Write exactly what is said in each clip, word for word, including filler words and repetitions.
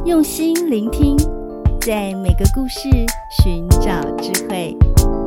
用心聆听，在每个故事寻找智慧。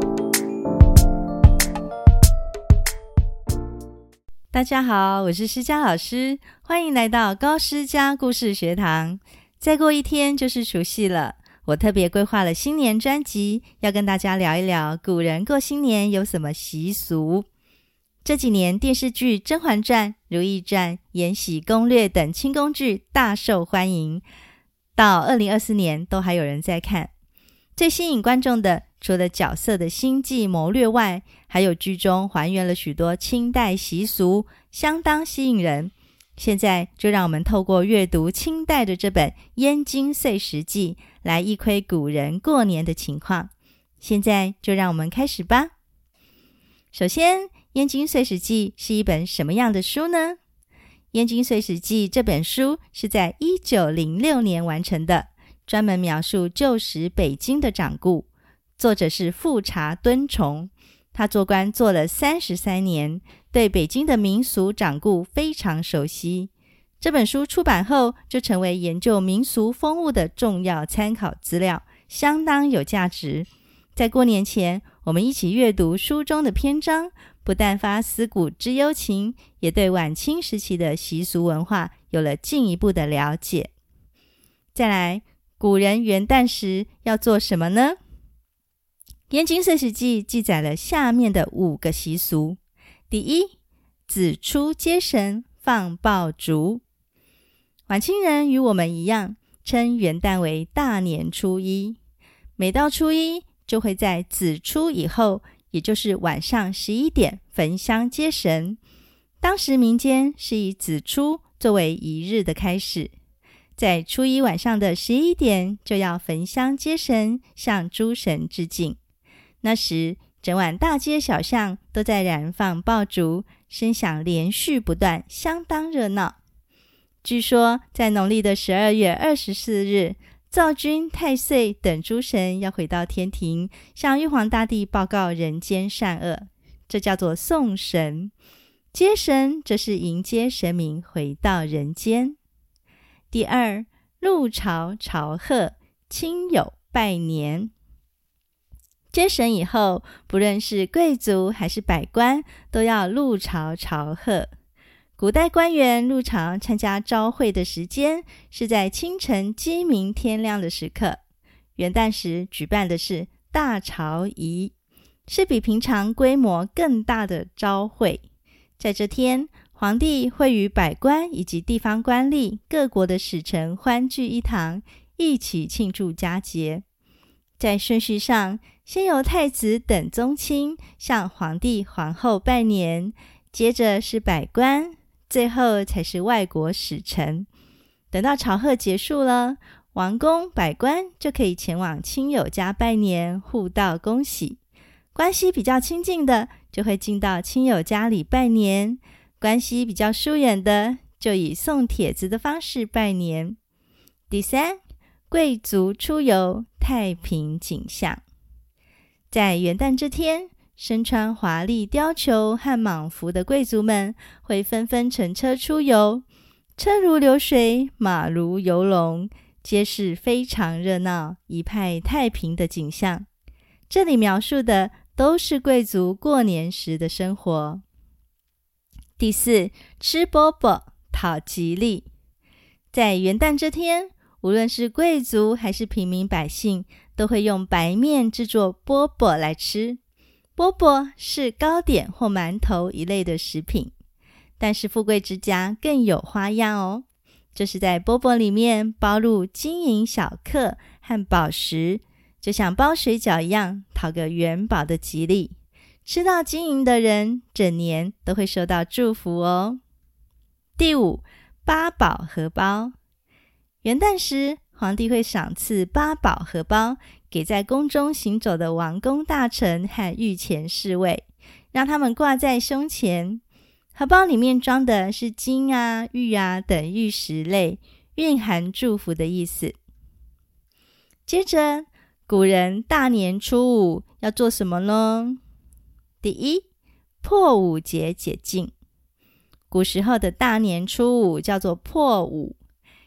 大家好，我是诗佳老师，欢迎来到高诗佳故事学堂。再过一天就是除夕了，我特别规划了新年专辑，要跟大家聊一聊古人过新年有什么习俗。这几年电视剧《甄嬛传》《如懿传》《延禧攻略》等清宫剧大受欢迎，到二零二四年都还有人在看。最吸引观众的，除了角色的心计谋略外，还有剧中还原了许多清代习俗，相当吸引人。现在就让我们透过阅读清代的这本《燕京岁时记》来一窥古人过年的情况。现在就让我们开始吧。首先，《燕京岁时记》是一本什么样的书呢？《燕京岁时记》这本书是在一九零六年完成的，专门描述旧时北京的掌故。作者是富察敦崇，他做官做了三十三年，对北京的民俗掌故非常熟悉。这本书出版后，就成为研究民俗风物的重要参考资料，相当有价值。在过年前，我们一起阅读书中的篇章，不但发思古之幽情，也对晚清时期的习俗文化有了进一步的了解。再来，古人元旦时要做什么呢？燕京岁时记记载了下面的五个习俗。第一，子初接神，放爆竹。晚清人与我们一样，称元旦为大年初一。每到初一，就会在子初以后，也就是晚上十一点焚香接神。当时民间是以子初作为一日的开始，在初一晚上的十一点就要焚香接神，向诸神致敬。那时整晚大街小巷都在燃放爆竹，声响连续不断，相当热闹。据说在农历的十二月二十四日，灶君、太岁等诸神要回到天庭，向玉皇大帝报告人间善恶，这叫做送神。接神则是迎接神明回到人间。第二，入朝朝贺，亲友拜年。接神以后，不论是贵族还是百官，都要入朝朝贺。古代官员入朝参加朝会的时间是在清晨鸡鸣天亮的时刻。元旦时举办的是大朝仪，是比平常规模更大的朝会。在这天，皇帝会与百官以及地方官吏、各国的使臣欢聚一堂，一起庆祝佳节。在顺序上，先由太子等宗亲向皇帝皇后拜年，接着是百官，最后才是外国使臣。等到朝贺结束了，王公百官就可以前往亲友家拜年，互道恭喜。关系比较亲近的就会进到亲友家里拜年，关系比较疏远的就以送帖子的方式拜年。第三，贵族出游，太平景象。在元旦这天，身穿华丽貂裘和蟒服的贵族们会纷纷乘车出游，车如流水，马如游龙，街市非常热闹，一派太平的景象。这里描述的都是贵族过年时的生活。第四，吃饽饽，讨吉利。在元旦这天，无论是贵族还是平民百姓，都会用白面制作饽饽来吃。饽饽是糕点或馒头一类的食品，但是富贵之家更有花样哦。这是在饽饽里面包入金银小克和宝石，就像包水饺一样，讨个元宝的吉利。吃到金银的人，整年都会收到祝福哦。第五，八宝荷包。元旦时，皇帝会赏赐八宝荷包给在宫中行走的王公大臣和御前侍卫，让他们挂在胸前。荷包里面装的是金啊、玉啊等玉石类，蕴含祝福的意思。接着，古人大年初五要做什么呢？第一，破五节解禁。古时候的大年初五叫做破五，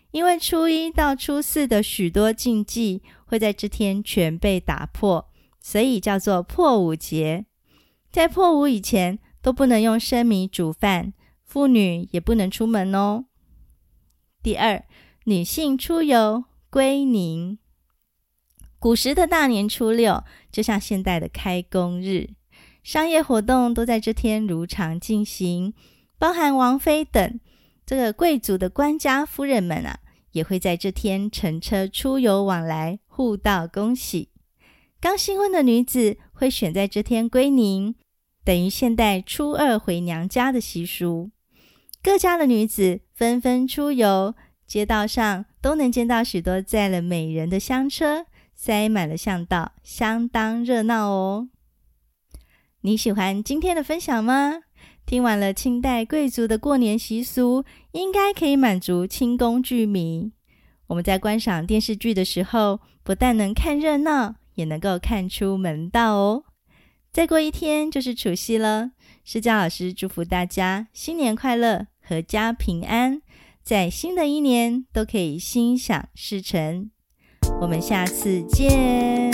因为初一到初四的许多禁忌会在这天全被打破，所以叫做破五节。在破五以前都不能用生米煮饭，妇女也不能出门哦。第二，女性出游归宁。古时的大年初六就像现代的开工日，商业活动都在这天如常进行，包含王妃等这个贵族的官家夫人们啊，也会在这天乘车出游往来，互道恭喜。刚新婚的女子会选在这天归宁，等于现代初二回娘家的习俗。各家的女子纷纷出游，街道上都能见到许多载了美人的香车，塞满了巷道，相当热闹哦。你喜欢今天的分享吗？听完了清代贵族的过年习俗，应该可以满足清宫剧迷。我们在观赏电视剧的时候，不但能看热闹，也能够看出门道哦。再过一天就是除夕了，施教老师祝福大家新年快乐，阖家平安，在新的一年都可以心想事成。我们下次见。